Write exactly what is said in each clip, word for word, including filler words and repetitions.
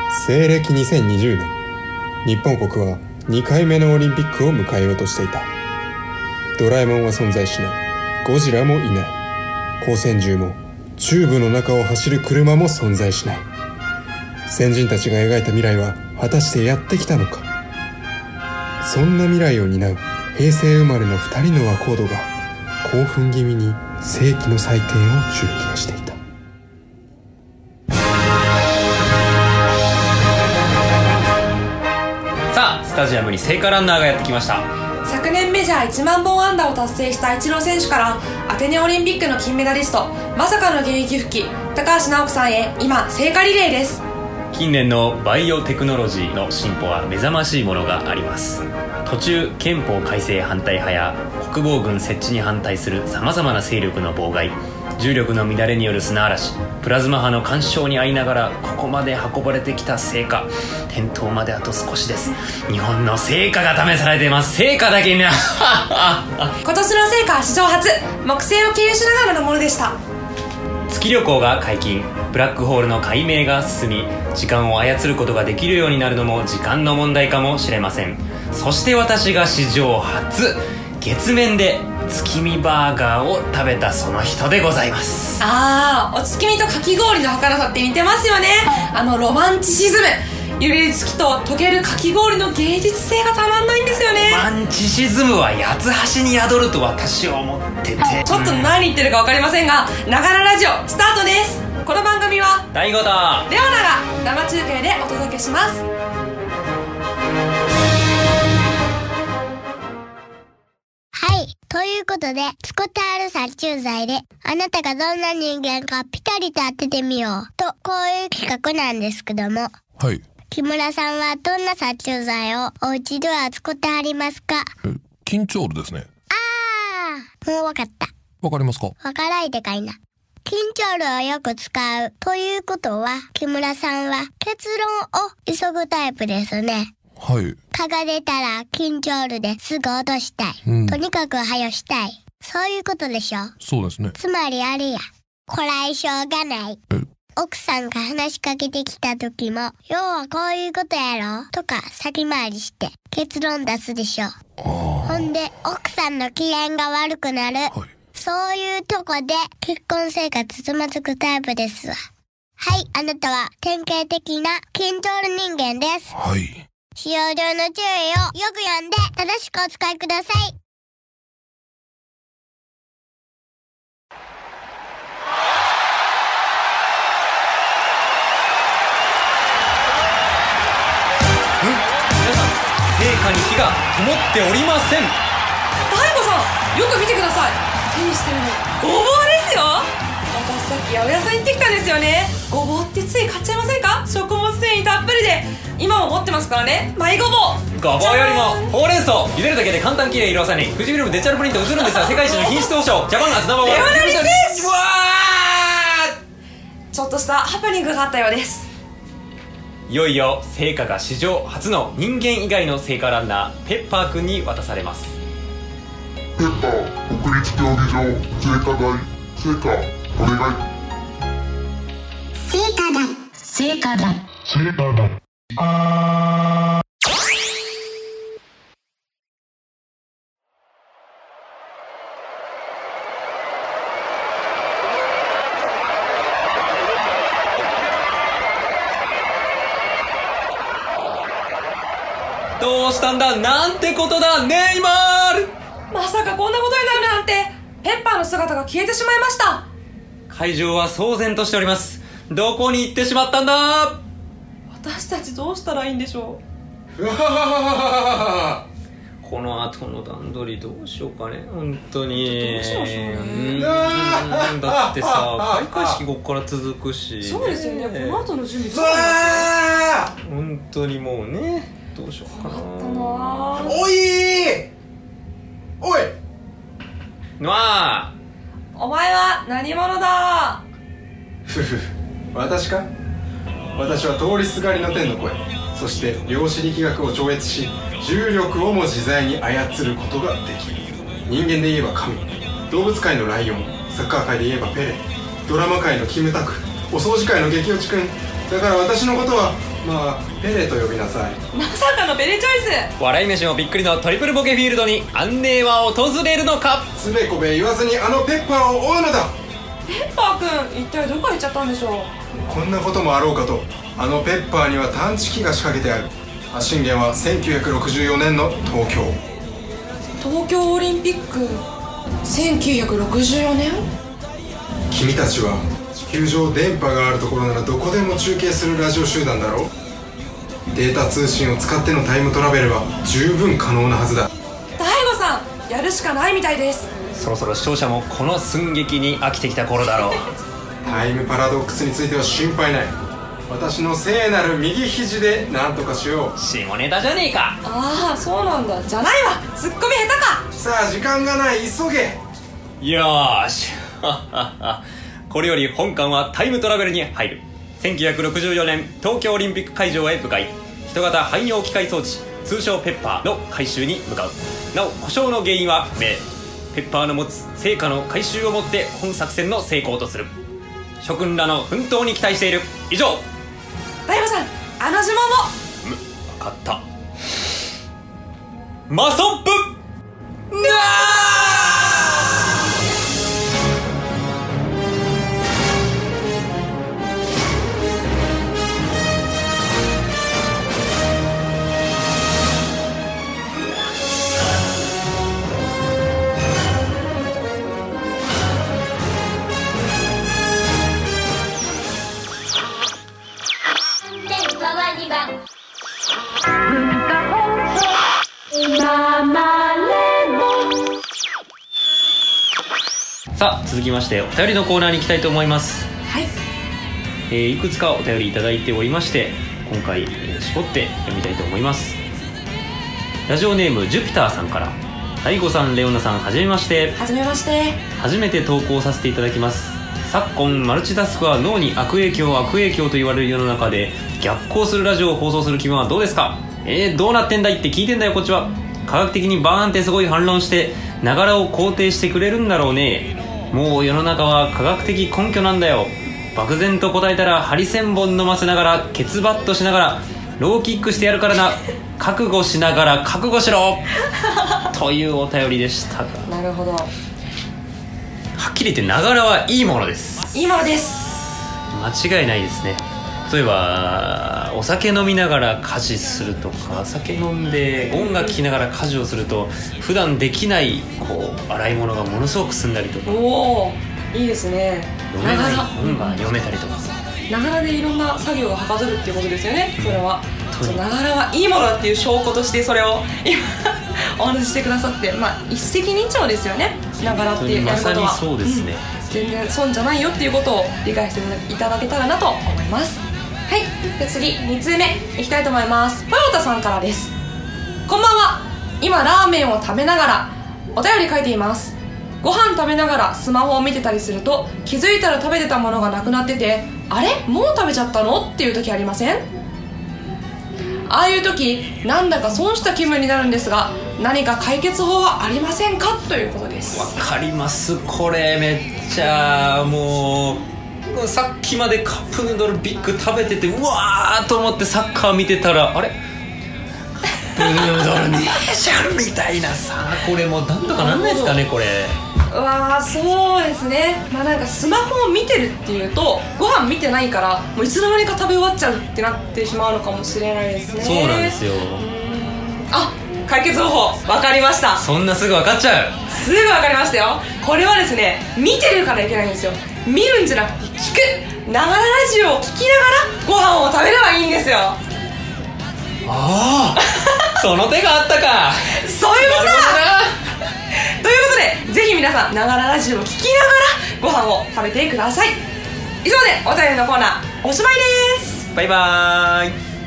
西暦にせんにじゅうねん、日本国はにかいめのオリンピックを迎えようとしていた。ドラえもんは存在しない。ゴジラもいない。光線銃もチューブの中を走る車も存在しない。先人たちが描いた未来は果たしてやってきたのか。そんな未来を担う平成生まれのふたりの若人が興奮気味に世紀の祭典を中継していた。 さあ、スタジアムに聖火ランナーがやってきました。 昨年メジャーいちまんぼん安打を達成したイチロー選手からアテネオリンピックの金メダリスト、まさかの現役復帰高橋尚子さんへ今聖火リレーです。 近年のバイオテクノロジーの進歩は目覚ましいものがあります。途中憲法改正反対派や国防軍設置に反対するさまざまな勢力の妨害、重力の乱れによる砂嵐、プラズマ波の干渉に遭いながらここまで運ばれてきた聖火、点灯まであと少しです。日本の聖火が試されています。聖火だけにな今年の聖火は史上初、木星を経由しながらのものでした。 月旅行が解禁、ブラックホールの解明が進み、時間を操ることができるようになるのも時間の問題かもしれません。そして私が史上初、月面で月見バーガーを食べたその人でございます。 あー、お月見とかき氷の儚さって似てますよね。あのロマンチシズム、揺れる月と溶けるかき氷の芸術性がたまんないんですよね。 ロマンチシズムは八つ橋に宿ると私は思ってて、 ちょっと何言ってるか分かりませんが、ながらラジオスタートです。この番組は大悟とレオナが生中継でお届けします。 はい。ということで、スコタール殺虫剤で、あなたがどんな人間かピタリと当ててみよう。と、こういう企画なんですけども。 はい。 木村さんはどんな殺虫剤をお家では使ってありますか？ え、キンチョールですね。 あー、もうわかった。 わかりますか？ わからいでかいな。キンチョールをよく使う。ということは、木村さんは結論を急ぐタイプですね。 はい。 蚊が出たら緊張るですぐ落としたい、うん、とにかく早したい、そういうことでしょ。 そうですね。 つまりあれや、こらえしょうがない。奥さんが話しかけてきた時も、要はこういうことやろとか先回りして結論出すでしょ。ほんで奥さんの機嫌が悪くなる、はい、そういうとこで結婚生活つまずくタイプですわ。はい、あなたは典型的な緊張る人間です。 はい。 使用上の注意をよく読んで正しくお使いください。 皆さん、聖火に火が灯っておりません。 大悟さん、よく見てください。手にしてるのごぼうですよ。私さっき八百屋さん行ってきたんですよね。ごぼうってつい買っちゃいませんか？食物繊維たっぷりで今も持ってますからね。マイごぼう、 ごぼうよりもほうれん草、茹でるだけで簡単きれい色あさに富士フィルムデジタルプリント映るんですが、世界一の品質保証ジャパンアズナバーワンレオナリ選手。 わー、ちょっとしたハプニングがあったようです。 いよいよ聖火が史上初の人間以外の聖火ランナー、ペッパーくんに渡されます。 ペッパー国立競技場聖火台、聖火お願い。 聖火台、 聖火台、聖火台。あー。 どうしたんだ、なんてことだ、ネイマール。 まさかこんなことになるなんて。ペッパーの姿が消えてしまいました。 会場は騒然としております。どこに行ってしまったんだ。 私たちどうしたらいいんでしょう。 この後の段取りどうしようかね、本当に。 どうしましょうね。 うんだってさ、開会式ここから続くし。 そうですよね、この後の準備どうなりますよ。 本当にもうね、どうしようかな。 おいおいなあ、 お前は何者だ。 ふふ、私か。私は通りすがりの天の声、そして量子力学を超越し重力をも自在に操ることができる。人間で言えば神、動物界のライオン、サッカー界で言えばペレ、ドラマ界のキムタク、お掃除界の激落ちくん。だから私のことはまあペレと呼びなさい。 まさかのペレチョイス。 笑い飯もびっくりのトリプルボケフィールドに安寧は訪れるのか。 つべこべ言わずにあのペッパーを追うのだ。 ペッパーくん、一体どこ行っちゃったんでしょう。 こんなこともあろうかと、あのペッパーには探知機が仕掛けてある。発信源はせんきゅうひゃくろくじゅうよねんの東京。 東京オリンピックせんきゅうひゃくろくじゅうよねん。 君たちは地球上電波があるところならどこでも中継するラジオ集団だろう。データ通信を使ってのタイムトラベルは十分可能なはずだ。 大悟さん、やるしかないみたいです。 そろそろ視聴者もこの寸劇に飽きてきた頃だろう。 タイムパラドックスについては心配ない。私の聖なる右肘で何とかしよう。 下ネタじゃねえか。 ああ、そうなんだ。じゃないわ、ツッコミ下手か。 さあ時間がない、急げ。 よーしこれより本艦はタイムトラベルに入る。せんきゅうひゃくろくじゅうよねん東京オリンピック会場へ向かい、人型汎用機械装置通称ペッパーの回収に向かう。なお故障の原因は不明。ペッパーの持つ成果の回収をもって本作戦の成功とする。諸君らの奮闘に期待している。以上。 大悟さん、あの呪文を。 む、分かった。マソップなさあ、続きましてお便りのコーナーに行きたいと思います。 はい、 えー、いくつかお便りいただいておりまして、今回、えー、絞って読みたいと思います。ラジオネームジュピターさんから。大悟さん、レオナさん、はじめまして。 はじめまして。 初めて投稿させていただきます。昨今マルチタスクは脳に悪影響悪影響と言われる世の中で、逆行するラジオを放送する気分はどうですか。えー、どうなってんだいって聞いてんだよこっちは。科学的にバーンってすごい反論してながらを肯定してくれるんだろうね。もう世の中は科学的根拠なんだよ。漠然と答えたらハリセンボン飲ませながらケツバットしながらローキックしてやるからな。覚悟しながら覚悟しろというお便りでしたが、 なるほど。 はっきり言ってながらはいいものです。 いいものです。 間違いないですね。例えばお酒飲みながら家事するとか、酒飲んで音楽聴きながら家事をすると普段できないこう洗い物がものすごく済んだりとか、 おお、いいですね。 読めないながら本が読めたりとか、 ながらでいろんな作業がはかどるっていうことですよね。それはそう、ながらはいいものだっていう証拠としてそれを今お話ししてくださって、まあ一石二鳥ですよね。ながらっていうやることはまさにそうですね、 うん、全然損じゃないよっていうことを理解していただけたらなと思います。はい、で次につうめいきたいと思います。トヨタさんからです。こんばんは。今ラーメンを食べながらお便り書いています。ご飯食べながらスマホを見てたりすると、気づいたら食べてたものがなくなってて、あれもう食べちゃったのっていう時ありません？ああいう時なんだか損した気分になるんですが、何か解決法はありませんかということです。 わかります。これめっちゃもうさっきまでカップヌードルビッグ食べてて、うわーと思ってサッカー見てたら、あれカップヌードルねえじゃんみたいなさ、これもうなんとかなんないですかねこれ。 うわー、そうですね。まあなんかスマホを見てるっていうとご飯見てないからもういつの間にか食べ終わっちゃうってなってしまうのかもしれないですね。 そうなんですよ。 あ、解決方法分かりました。 そんなすぐ分かっちゃう。 すぐ分かりましたよ。これはですね、見てるからいけないんですよ。見るんじゃなくて聞く、ながらラジオを聞きながらご飯を食べればいいんですよ。 ああその手があったかそういうことだということで、ぜひ皆さんながらラジオを聞きながらご飯を食べてください。以上でお便りのコーナーおしまいです。 バイバーイ。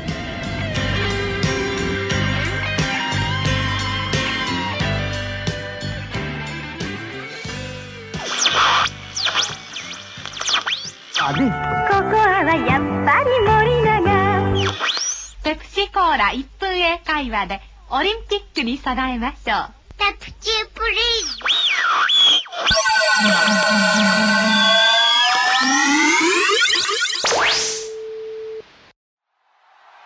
ここはやっぱり森永。ペプシコーラいっぷん英会話でオリンピックに備えましょう。 ペプチュープリーズ。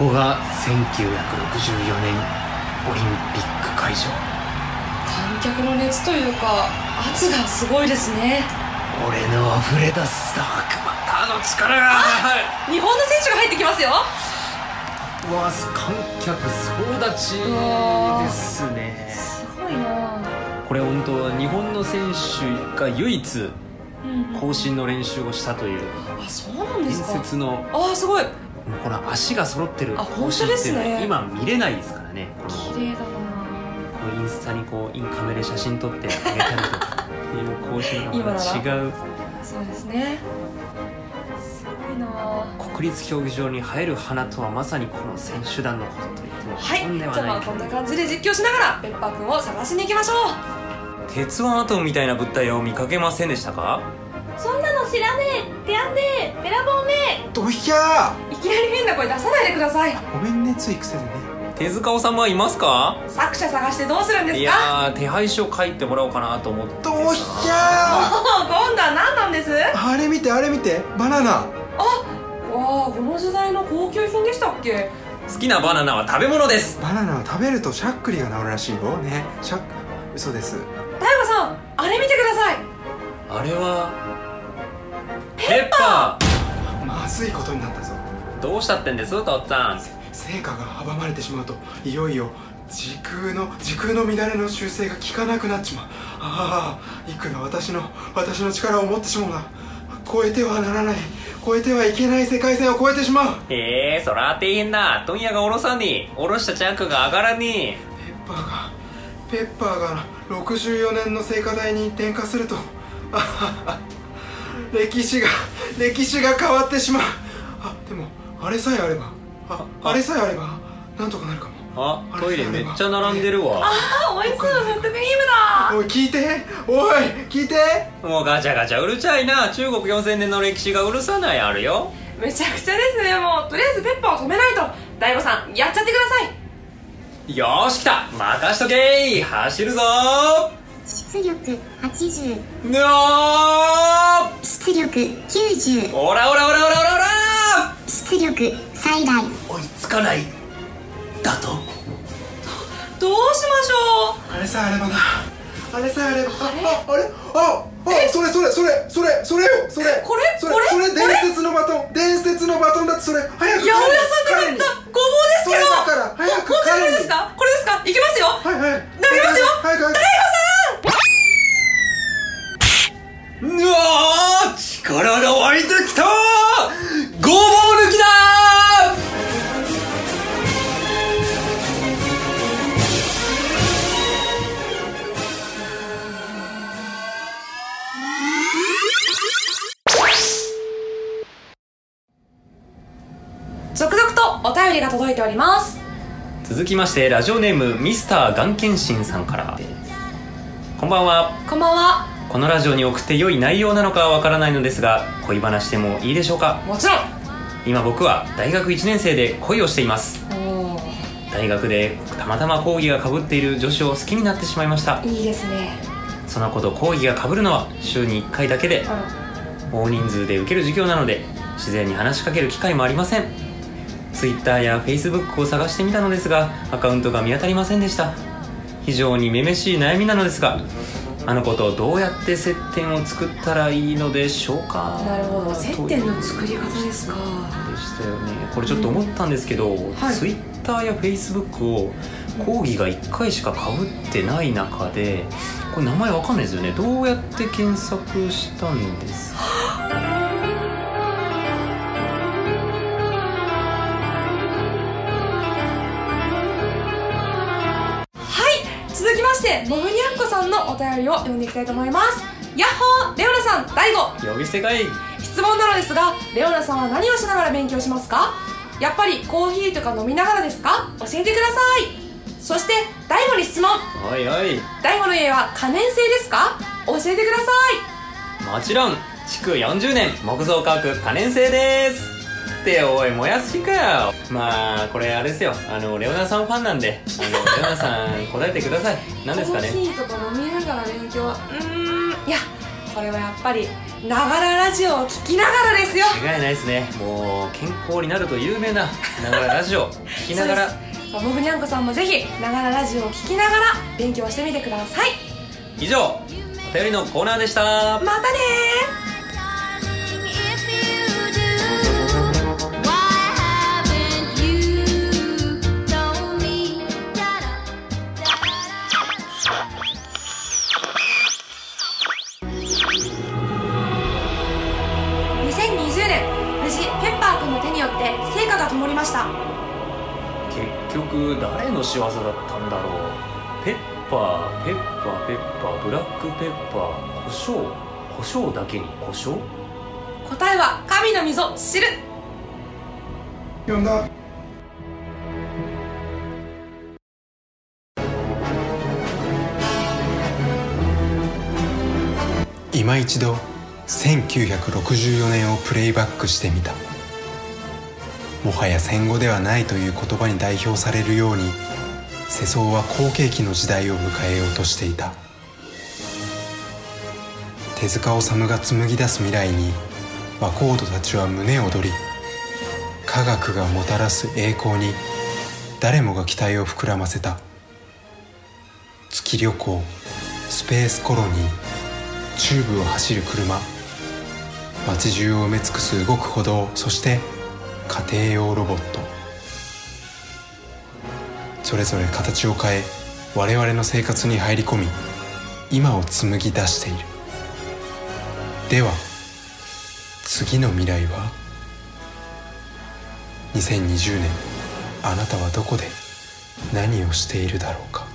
こがせんきゅうひゃくろくじゅうよねんオリンピック会場。 観客の熱というか圧がすごいですね。 俺の溢れ出すダークマターの力が。 日本の選手が入ってきますよ。 うわ、観客総立ちですね。 すごいな。 これ本当日本の選手が唯一行進の練習をしたという、 うん、あ、そうなんですか。 伝説の。 あ、すごい。 この足が揃ってる行進っていうのは今見れないですからね。 綺麗だな。 インスタにこうインカメで写真撮ってあげたりとかっていう行進がまた違う。 そうですね。すごいな。 国立競技場に生える花とはまさにこの選手団のことと言っても過言ではない。 はい、じゃあまあこんな感じで実況しながらペッパーくんを探しに行きましょう。 鉄腕アトムみたいな物体を見かけませんでしたか？ そんなの知らねえ、てやんねえ、べらぼうめえ。 ドヒャー。いきなり変な声出さないでください。 ごめんね、つい癖でね。 手塚治虫はいますか？ 作者探してどうするんですか？ いやー、手配書書いてもらおうかなと思って。 ドヒャー。今度は何なんです？ あれ見て、あれ見て、バナナ。 あ、わあ、この時代の高級品でしたっけ？ 好きなバナナは食べ物です。 バナナは食べるとしゃっくりが治るらしいよね。しゃっ嘘です。 大悟さん、あれ見てください。 あれはペッパー。まずいことになったぞ。 どうしたってんですとっつぁん。 成果が阻まれてしまうといよいよ時空の時空の乱れの修正が効かなくなっちまう。ああ、いくら私の私の力を持ってしまうな。超えてはならない、超えてはいけない世界線を超えてしまう。 へえ、そら大変だ。問屋が下ろさねえ、下ろしたチャンクが上がらねえ。 ペッパーがペッパーがろくじゅうよねんの聖火台に点火すると、あはは、歴史が歴史が変わってしまう。あ、でもあれさえあれば、ああれさえあればなんとかなるかも。 あ、トイレめっちゃ並んでるわ。 ああ、美味しそうなソフトクリームだ。 おい、聞いて、おい聞いて。 もうガチャガチャうるちゃいな。中国よんせんねんの歴史がうるさないあるよ。 めちゃくちゃですね。もうとりあえずペッパーを止めないと。大悟さん、やっちゃってください。 よーし、来た。任しとけー。走るぞ出力はちじゅう。 ぬおー。 出力きゅうじゅう。 おらおらおらおらおらおら。 出力最大。 追いつかないだと。 どうしましょう。 あれさえあればな。あれさえあれば。あれあれああ、それそれそれそれそれよ、それこれそれこれそれ伝説のバトン、伝説のバトンだって。それ早く八百屋さんで買ったごぼうですけど。 それだから早く本当にこれ彼に。 ですか？これですか？いきますよ。 はいはい、 投げますよ。 早く早く。 大悟さん。 うわー、力が湧いてきたー。ごぼう抜きだー。 続々とお便りが届いております。 続きましてラジオネームミスターガンケンシンさんから。こんばんは。 こんばんは。 このラジオに送って良い内容なのかはわからないのですが、恋話でもいいでしょうか？ もちろん。 今僕は大学いちねん生で恋をしています。 お大学でたまたま講義が被っている女子を好きになってしまいました。 いいですね。 その子と講義が被るのは週にいっかいだけで、大人数で受ける授業なので自然に話しかける機会もありません。Twitter や Facebook を探してみたのですがアカウントが見当たりませんでした。非常にめめしい悩みなのですが、あの子とどうやって接点を作ったらいいのでしょうか？ なるほど、接点の作り方ですか。 でしたよね。これちょっと思ったんですけど、うん、はい、Twitter や Facebook を講義がいっかいしか被ってない中で、これ名前わかんないですよね。どうやって検索したんですか？ 続きましてボブニャンコさんのお便りを読んでいきたいと思います。やっほー、レオナさん、大悟、 呼び捨てかい。 質問なのですが、レオナさんは何をしながら勉強しますか？やっぱりコーヒーとか飲みながらですか？教えてください。そして大悟に質問。 おいおい、 大悟の家は可燃性ですか？教えてください。もちろん築よんじゅうねん木造家屋可燃性です。っておい、もやしかよ。まあこれあれですよ、あのレオナさんファンなんで、あのレオナさん答えてください。何ですかね？ コーヒーとか飲みながら勉強はうーん、いやこれはやっぱりながらラジオを聞きながらですよ。 違いないですね。もう健康になると有名なながらラジオ聞きながらモフニャンコさんもぜひながらラジオを聞きながら勉強してみてください。 以上、お便りのコーナーでした。 またねー。にせんにじゅうねん、無事ペッパーくんの手によって成果が灯りました。 結局誰の仕業だったんだろう。ペッパー、ペッパー、ペッパー、ブラックペッパー、胡椒、胡椒だけに胡椒。 答えは神の溝知る。 読んだ。今一度せんきゅうひゃくろくじゅうよねんをプレイバックしてみた。もはや戦後ではないという言葉に代表されるように、世相は好景気の時代を迎えようとしていた。手塚治虫が紡ぎ出す未来に若人たちは胸躍り、科学がもたらす栄光に誰もが期待を膨らませた。月旅行、スペースコロニー、チューブを走る車、街中を埋め尽くす動く歩道、そして家庭用ロボット。それぞれ形を変え我々の生活に入り込み、今を紡ぎ出している。では次の未来は？にせんにじゅうねん、あなたはどこで何をしているだろうか。